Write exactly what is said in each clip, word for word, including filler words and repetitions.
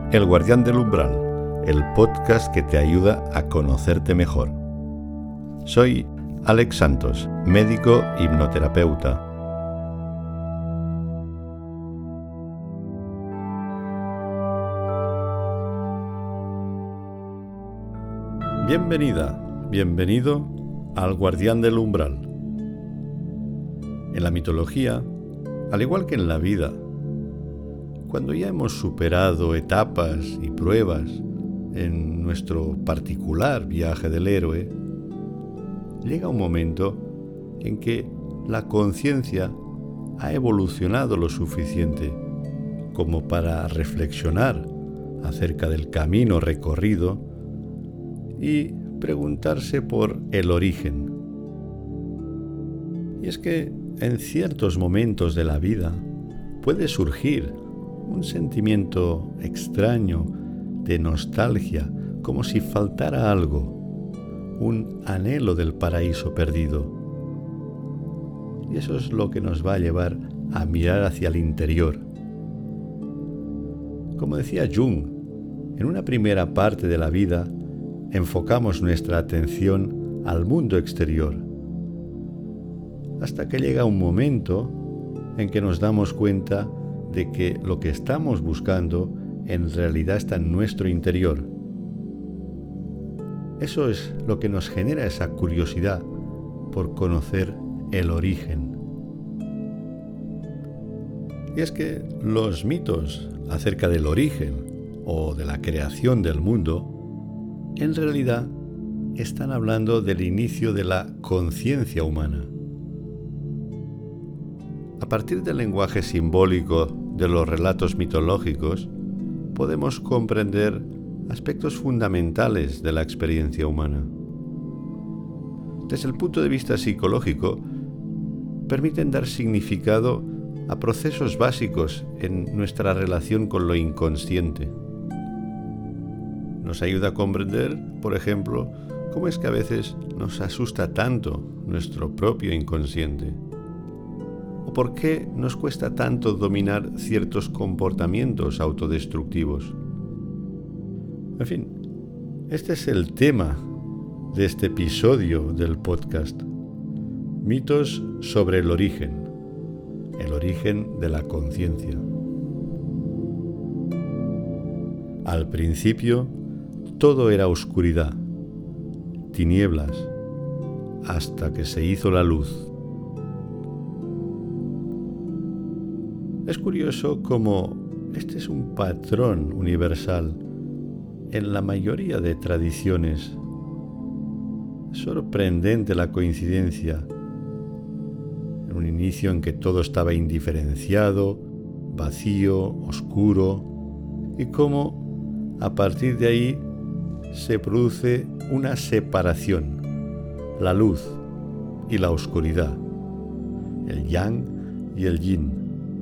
El Guardián del Umbral, el podcast que te ayuda a conocerte mejor. Soy Alex Santos, médico hipnoterapeuta. Bienvenida, bienvenido al Guardián del Umbral. En la mitología, al igual que en la vida, cuando ya hemos superado etapas y pruebas en nuestro particular viaje del héroe, llega un momento en que la conciencia ha evolucionado lo suficiente como para reflexionar acerca del camino recorrido y preguntarse por el origen. Y es que en ciertos momentos de la vida puede surgir un sentimiento extraño de nostalgia, como si faltara algo, un anhelo del paraíso perdido. Y eso es lo que nos va a llevar a mirar hacia el interior. Como decía Jung, en una primera parte de la vida enfocamos nuestra atención al mundo exterior, hasta que llega un momento en que nos damos cuenta de que lo que estamos buscando en realidad está en nuestro interior. Eso es lo que nos genera esa curiosidad por conocer el origen. Y es que los mitos acerca del origen o de la creación del mundo, en realidad están hablando del inicio de la conciencia humana. A partir del lenguaje simbólico de los relatos mitológicos, podemos comprender aspectos fundamentales de la experiencia humana. Desde el punto de vista psicológico, permiten dar significado a procesos básicos en nuestra relación con lo inconsciente. Nos ayuda a comprender, por ejemplo, cómo es que a veces nos asusta tanto nuestro propio inconsciente. ¿O por qué nos cuesta tanto dominar ciertos comportamientos autodestructivos? En fin, este es el tema de este episodio del podcast. Mitos sobre el origen, el origen de la conciencia. Al principio, todo era oscuridad, tinieblas, hasta que se hizo la luz. Es curioso cómo este es un patrón universal en la mayoría de tradiciones. Es sorprendente la coincidencia. En un inicio en que todo estaba indiferenciado, vacío, oscuro, y cómo a partir de ahí se produce una separación, la luz y la oscuridad, el yang y el yin.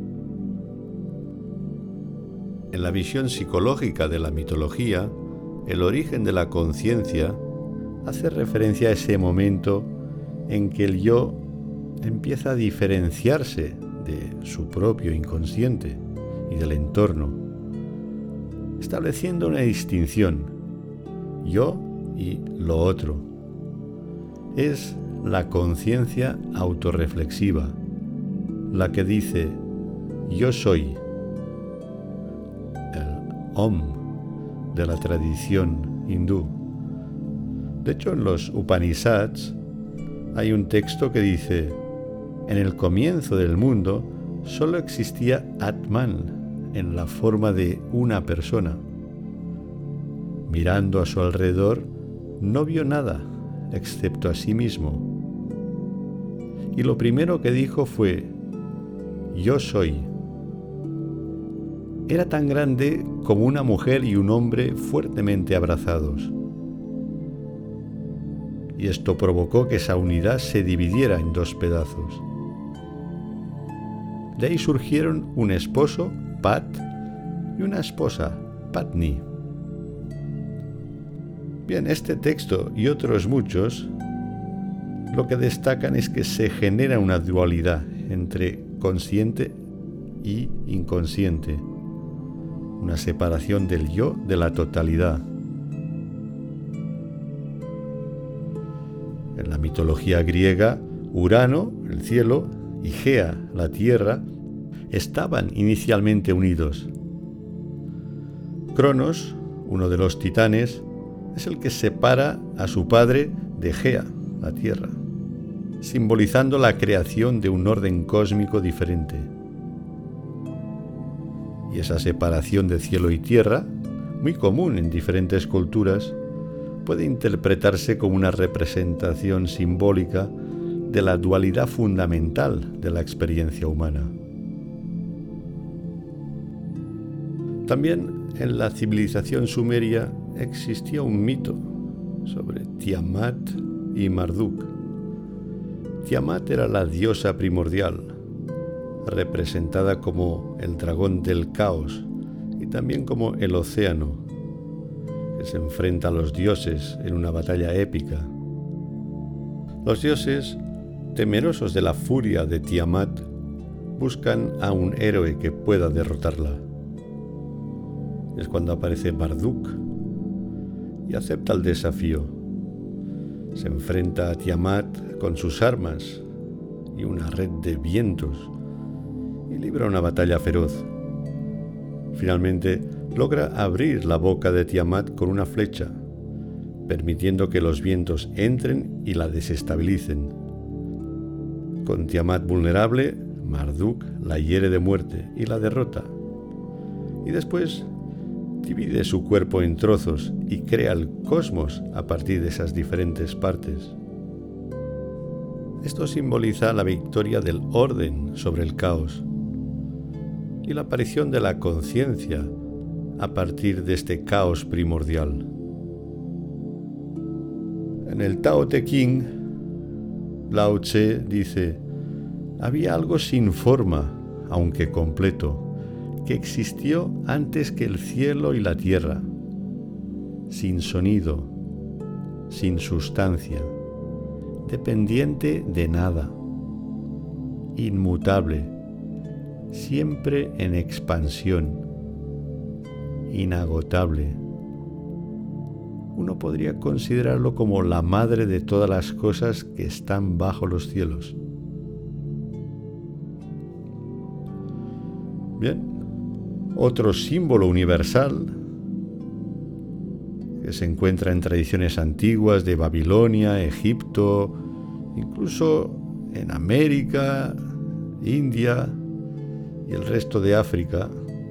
En la visión psicológica de la mitología, el origen de la conciencia hace referencia a ese momento en que el yo empieza a diferenciarse de su propio inconsciente y del entorno, estableciendo una distinción, yo y lo otro. Es la conciencia autorreflexiva, la que dice, yo soy. Om de la tradición hindú. De hecho, en los Upanishads hay un texto que dice: en el comienzo del mundo solo existía Atman en la forma de una persona. Mirando a su alrededor, no vio nada excepto a sí mismo. Y lo primero que dijo fue: yo soy. Era tan grande como una mujer y un hombre fuertemente abrazados. Y esto provocó que esa unidad se dividiera en dos pedazos. De ahí surgieron un esposo, Pat, y una esposa, Patni. Bien, este texto y otros muchos lo que destacan es que se genera una dualidad entre consciente y inconsciente. una separación del yo de la totalidad. En la mitología griega, Urano, el cielo, y Gea, la tierra, estaban inicialmente unidos. Cronos, uno de los titanes, es el que separa a su padre de Gea, la tierra, simbolizando la creación de un orden cósmico diferente. Y esa separación de cielo y tierra, muy común en diferentes culturas, puede interpretarse como una representación simbólica de la dualidad fundamental de la experiencia humana. También en la civilización sumeria existía un mito sobre Tiamat y Marduk. Tiamat era la diosa primordial, representada como el dragón del caos y también como el océano, que se enfrenta a los dioses en una batalla épica. Los dioses, temerosos de la furia de Tiamat, buscan a un héroe que pueda derrotarla. Es cuando aparece Marduk y acepta el desafío. Se enfrenta a Tiamat con sus armas y una red de vientos y libra una batalla feroz. Finalmente logra abrir la boca de Tiamat con una flecha, permitiendo que los vientos entren y la desestabilicen. Con Tiamat vulnerable, Marduk la hiere de muerte y la derrota. Y después divide su cuerpo en trozos y crea el cosmos a partir de esas diferentes partes. Esto simboliza la victoria del orden sobre el caos y la aparición de la conciencia a partir de este caos primordial. En el Tao Te Ching, Lao Tse dice: había algo sin forma, aunque completo, que existió antes que el cielo y la tierra, sin sonido, sin sustancia, dependiente de nada, inmutable, siempre en expansión, inagotable. Uno podría considerarlo como la madre de todas las cosas que están bajo los cielos. Bien, otro símbolo universal que se encuentra en tradiciones antiguas de Babilonia, Egipto, incluso en América, India y el resto de África,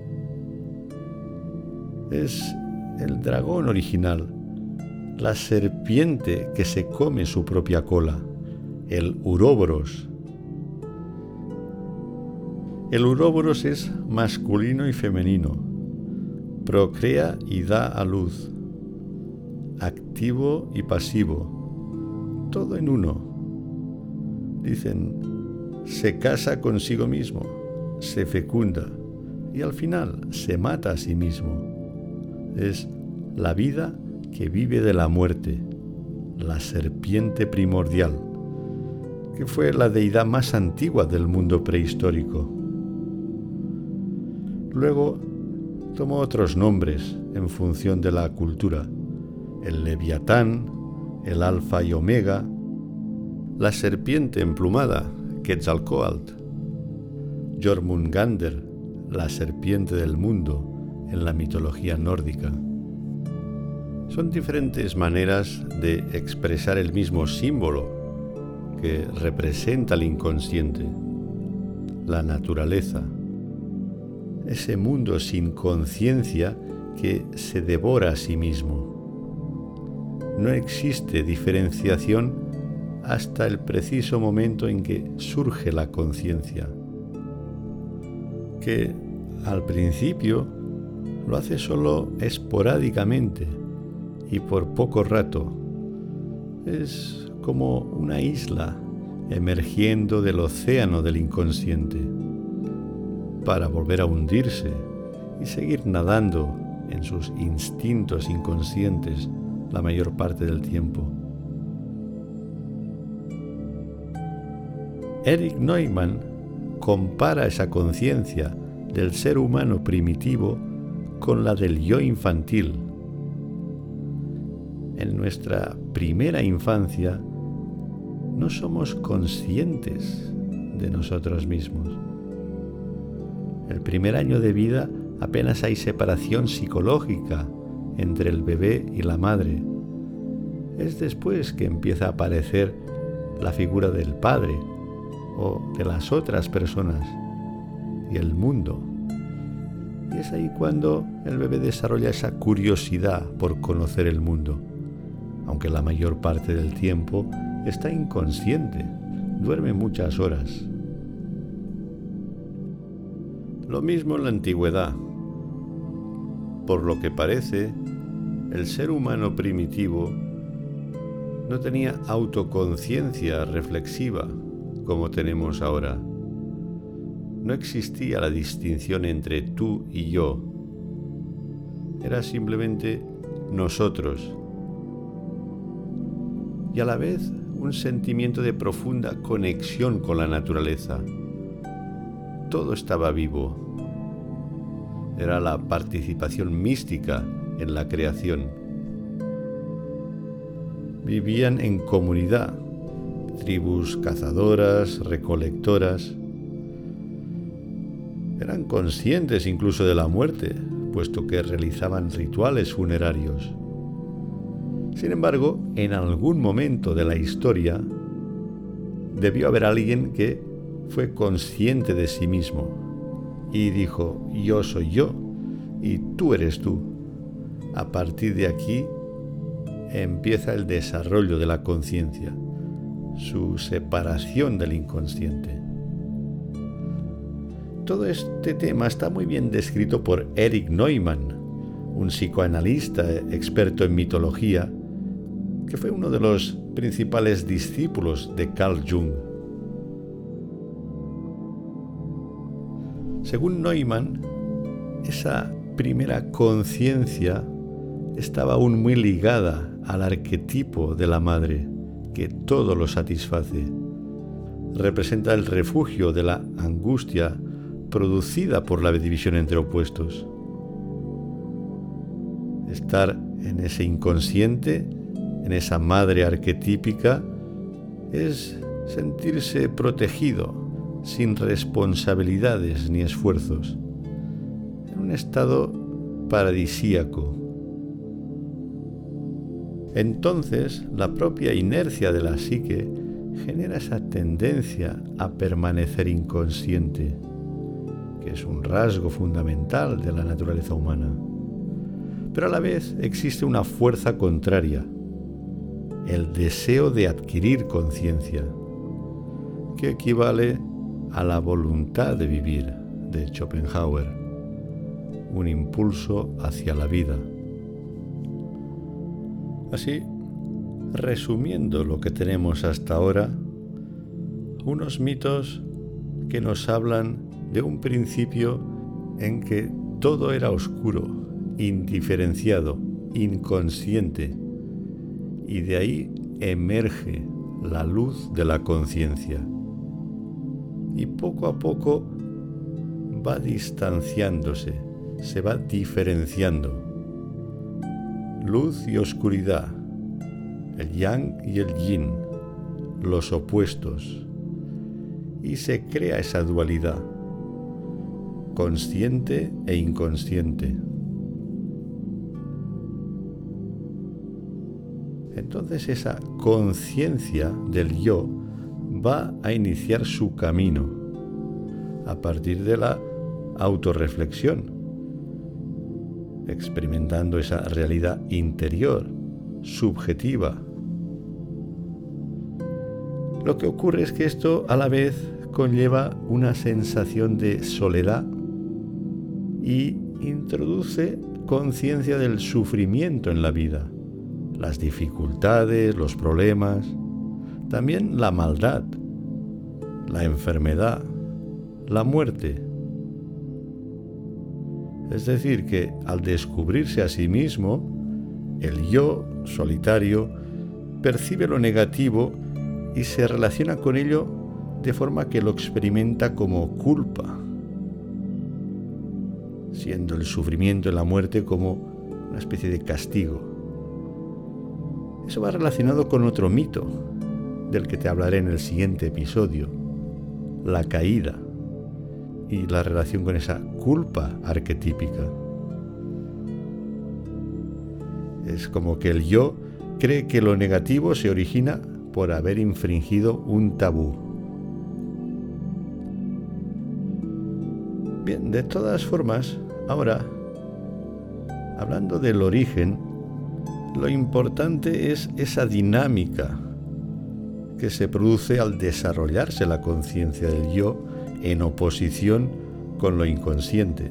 es el dragón original, la serpiente que se come su propia cola, el Uroboros. El Uroboros es masculino y femenino, procrea y da a luz, activo y pasivo, todo en uno. Dicen, se casa consigo mismo, se fecunda y al final se mata a sí mismo. Es la vida que vive de la muerte, la serpiente primordial, que fue la deidad más antigua del mundo prehistórico. Luego tomó otros nombres en función de la cultura: el Leviatán, el Alfa y Omega, la serpiente emplumada, Quetzalcóatl, Jormungandr, la serpiente del mundo en la mitología nórdica. Son diferentes maneras de expresar el mismo símbolo que representa el inconsciente, la naturaleza, ese mundo sin conciencia que se devora a sí mismo. No existe diferenciación hasta el preciso momento en que surge la conciencia, que al principio lo hace solo esporádicamente y por poco rato. Es como una isla emergiendo del océano del inconsciente, para volver a hundirse y seguir nadando en sus instintos inconscientes la mayor parte del tiempo. Erich Neumann compara esa conciencia del ser humano primitivo con la del yo infantil. En nuestra primera infancia no somos conscientes de nosotros mismos. El primer año de vida apenas hay separación psicológica entre el bebé y la madre. Es después que empieza a aparecer la figura del padre o de las otras personas y el mundo. Y es ahí cuando el bebé desarrolla esa curiosidad por conocer el mundo, aunque la mayor parte del tiempo está inconsciente, duerme muchas horas. Lo mismo en la antigüedad. Por lo que parece, el ser humano primitivo no tenía autoconciencia reflexiva como tenemos ahora. No existía la distinción entre tú y yo. Era simplemente nosotros. Y a la vez un sentimiento de profunda conexión con la naturaleza. Todo estaba vivo. Era la participación mística en la creación. Vivían en comunidad, tribus cazadoras, recolectoras. Eran conscientes incluso de la muerte, puesto que realizaban rituales funerarios. Sin embargo, en algún momento de la historia, debió haber alguien que fue consciente de sí mismo y dijo: yo soy yo y tú eres tú. A partir de aquí empieza el desarrollo de la conciencia, su separación del inconsciente. Todo este tema está muy bien descrito por Erich Neumann, un psicoanalista experto en mitología, que fue uno de los principales discípulos de Carl Jung. Según Neumann, esa primera conciencia estaba aún muy ligada al arquetipo de la madre, que todo lo satisface. Representa el refugio de la angustia producida por la división entre opuestos. Estar en ese inconsciente, en esa madre arquetípica, es sentirse protegido, sin responsabilidades ni esfuerzos, en un estado paradisíaco. Entonces, la propia inercia de la psique genera esa tendencia a permanecer inconsciente, que es un rasgo fundamental de la naturaleza humana. Pero a la vez existe una fuerza contraria, el deseo de adquirir conciencia, que equivale a la voluntad de vivir de Schopenhauer, un impulso hacia la vida. Así, resumiendo lo que tenemos hasta ahora, unos mitos que nos hablan de un principio en que todo era oscuro, indiferenciado, inconsciente, y de ahí emerge la luz de la conciencia. Y poco a poco va distanciándose, se va diferenciando. Luz y oscuridad, el yang y el yin, los opuestos. Y se crea esa dualidad, consciente e inconsciente. Entonces esa conciencia del yo va a iniciar su camino a partir de la autorreflexión, experimentando esa realidad interior, subjetiva. Lo que ocurre es que esto a la vez conlleva una sensación de soledad y introduce conciencia del sufrimiento en la vida, las dificultades, los problemas, también la maldad, la enfermedad, la muerte. Es decir, que al descubrirse a sí mismo, el yo solitario percibe lo negativo y se relaciona con ello de forma que lo experimenta como culpa. siendo el sufrimiento y la muerte como una especie de castigo. Eso va relacionado con otro mito, del que te hablaré en el siguiente episodio, la caída y la relación con esa culpa arquetípica. Es como que el yo cree que lo negativo se origina por haber infringido un tabú. Bien, de todas formas, ahora, hablando del origen, lo importante es esa dinámica que se produce al desarrollarse la conciencia del yo en oposición con lo inconsciente.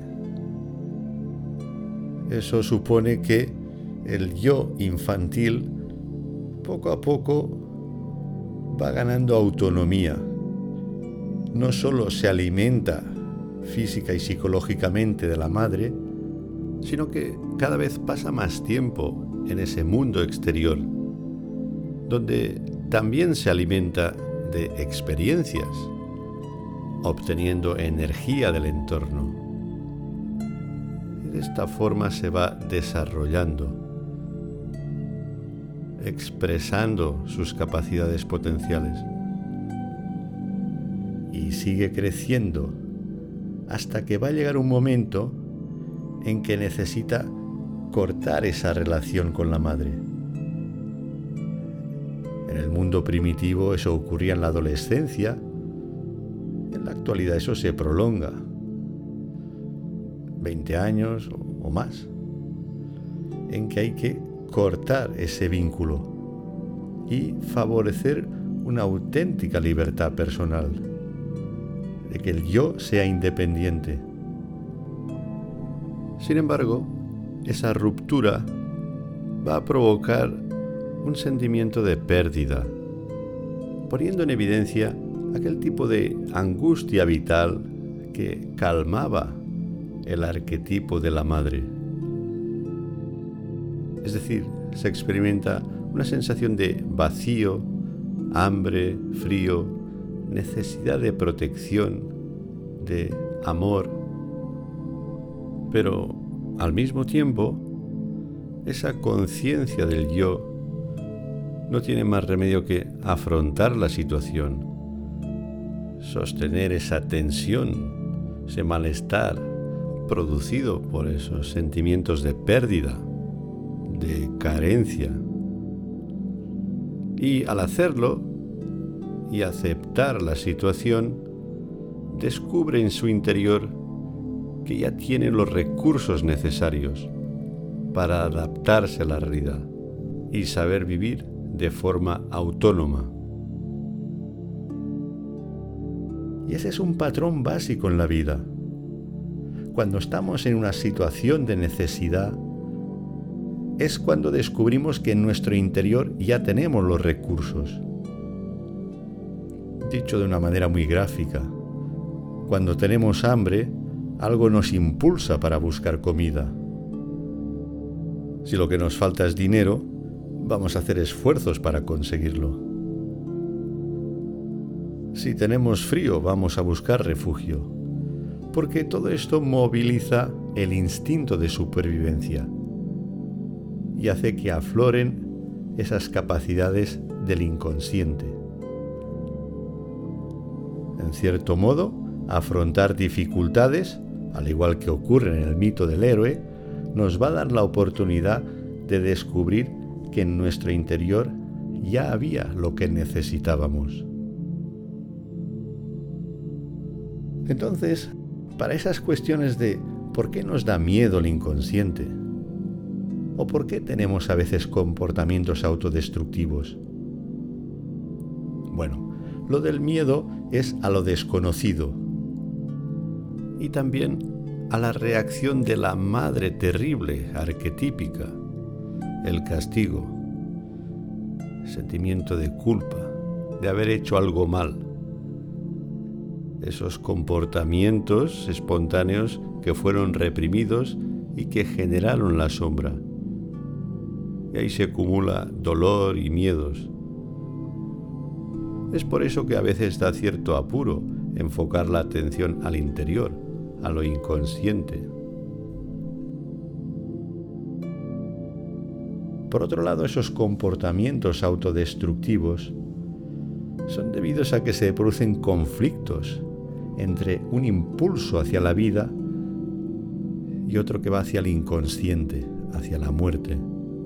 Eso supone que el yo infantil poco a poco va ganando autonomía. No solo se alimenta física y psicológicamente de la madre, sino que cada vez pasa más tiempo en ese mundo exterior, donde también se alimenta de experiencias, obteniendo energía del entorno. Y de esta forma se va desarrollando, expresando sus capacidades potenciales. Y sigue creciendo hasta que va a llegar un momento en que necesita cortar esa relación con la madre. En el mundo primitivo eso ocurría en la adolescencia. En la actualidad eso se prolonga. veinte años o más. En que hay que cortar ese vínculo y favorecer una auténtica libertad personal. De que el yo sea independiente. Sin embargo, esa ruptura va a provocar un sentimiento de pérdida, poniendo en evidencia aquel tipo de angustia vital que calmaba el arquetipo de la madre. Es decir, se experimenta una sensación de vacío, hambre, frío, necesidad de protección, de amor. Pero al mismo tiempo, esa conciencia del yo no tiene más remedio que afrontar la situación, sostener esa tensión, ese malestar producido por esos sentimientos de pérdida, de carencia. Y al hacerlo y aceptar la situación, descubre en su interior que ya tiene los recursos necesarios para adaptarse a la realidad y saber vivir de forma autónoma. Y ese es un patrón básico en la vida. Cuando estamos en una situación de necesidad, es cuando descubrimos que en nuestro interior ya tenemos los recursos. Dicho de una manera muy gráfica, cuando tenemos hambre, algo nos impulsa para buscar comida. Si lo que nos falta es dinero, vamos a hacer esfuerzos para conseguirlo. Si tenemos frío, vamos a buscar refugio, porque todo esto moviliza el instinto de supervivencia y hace que afloren esas capacidades del inconsciente. En cierto modo, afrontar dificultades, al igual que ocurre en el mito del héroe, nos va a dar la oportunidad de descubrir que en nuestro interior ya había lo que necesitábamos. Entonces, para esas cuestiones de ¿por qué nos da miedo el inconsciente? ¿O por qué tenemos a veces comportamientos autodestructivos? Bueno, lo del miedo es a lo desconocido y también a la reacción de la madre terrible, arquetípica, el castigo, sentimiento de culpa, de haber hecho algo mal, esos comportamientos espontáneos que fueron reprimidos y que generaron la sombra. Y ahí se acumula dolor y miedos. Es por eso que a veces da cierto apuro enfocar la atención al interior, a lo inconsciente, Por otro lado, esos comportamientos autodestructivos son debidos a que se producen conflictos entre un impulso hacia la vida y otro que va hacia el inconsciente, hacia la muerte.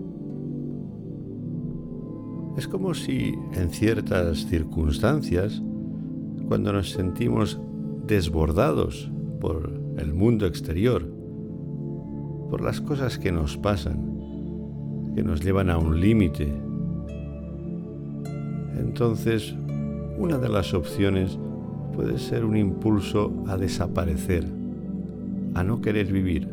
Es como si en ciertas circunstancias, cuando nos sentimos desbordados por el mundo exterior, por las cosas que nos pasan, que nos llevan a un límite, entonces una de las opciones puede ser un impulso a desaparecer, a no querer vivir.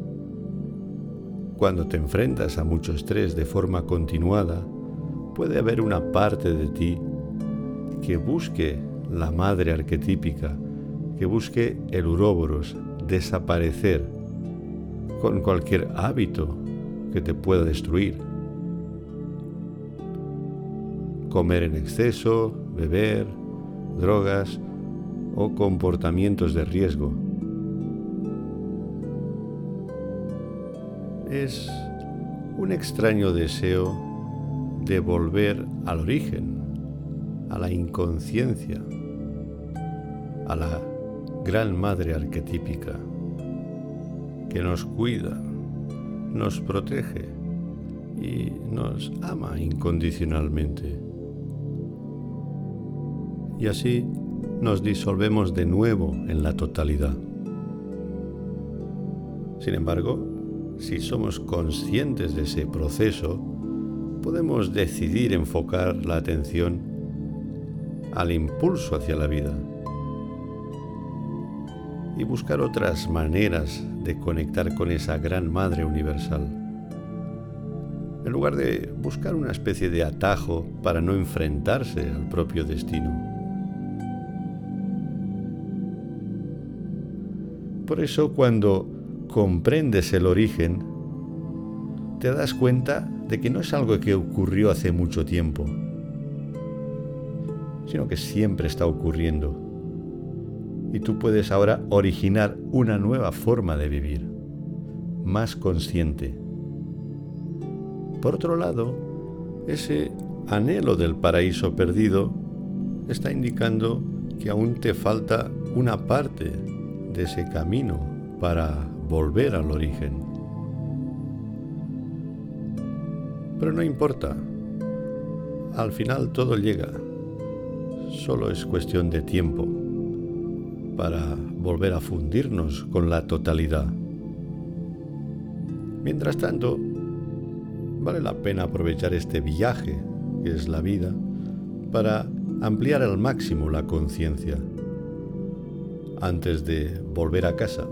Cuando te enfrentas a mucho estrés de forma continuada, puede haber una parte de ti que busque la madre arquetípica, que busque el uróboros, desaparecer con cualquier hábito que te pueda destruir. Comer en exceso, beber, drogas o comportamientos de riesgo. Es un extraño deseo de volver al origen, a la inconsciencia, a la gran madre arquetípica que nos cuida, nos protege y nos ama incondicionalmente. Y así nos disolvemos de nuevo en la totalidad. Sin embargo, si somos conscientes de ese proceso, podemos decidir enfocar la atención al impulso hacia la vida y buscar otras maneras de conectar con esa gran madre universal, en lugar de buscar una especie de atajo para no enfrentarse al propio destino. Por eso, cuando comprendes el origen, te das cuenta de que no es algo que ocurrió hace mucho tiempo, sino que siempre está ocurriendo. Y tú puedes ahora originar una nueva forma de vivir, más consciente. Por otro lado, ese anhelo del paraíso perdido está indicando que aún te falta una parte de ese camino para volver al origen. Pero no importa, al final todo llega, solo es cuestión de tiempo para volver a fundirnos con la totalidad. Mientras tanto, vale la pena aprovechar este viaje que es la vida para ampliar al máximo la conciencia antes de volver a casa.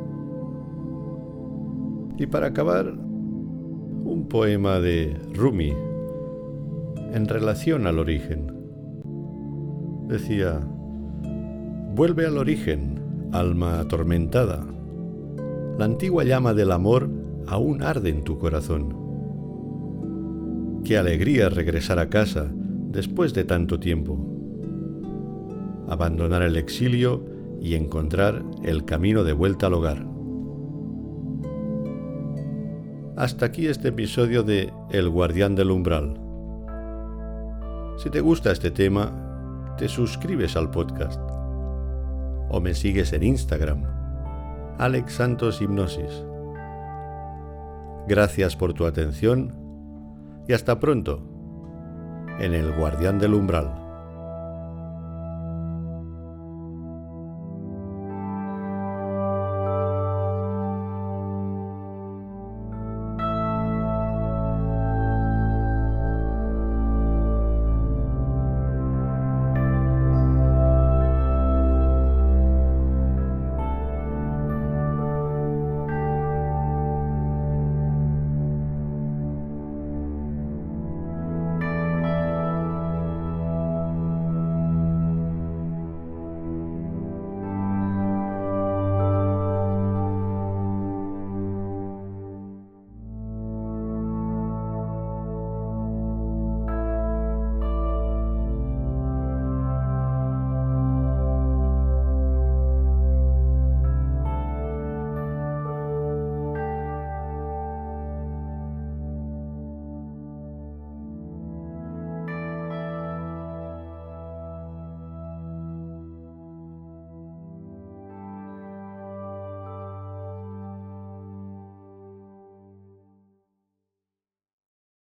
Y para acabar, un poema de Rumi en relación al origen. Decía: vuelve al origen, alma atormentada. La antigua llama del amor aún arde en tu corazón. Qué alegría regresar a casa después de tanto tiempo. Abandonar el exilio y encontrar el camino de vuelta al hogar. Hasta aquí este episodio de El Guardián del Umbral. Si te gusta este tema, te suscribes al podcast o me sigues en Instagram, Alex Santos Hipnosis. Gracias por tu atención y hasta pronto en El Guardián del Umbral.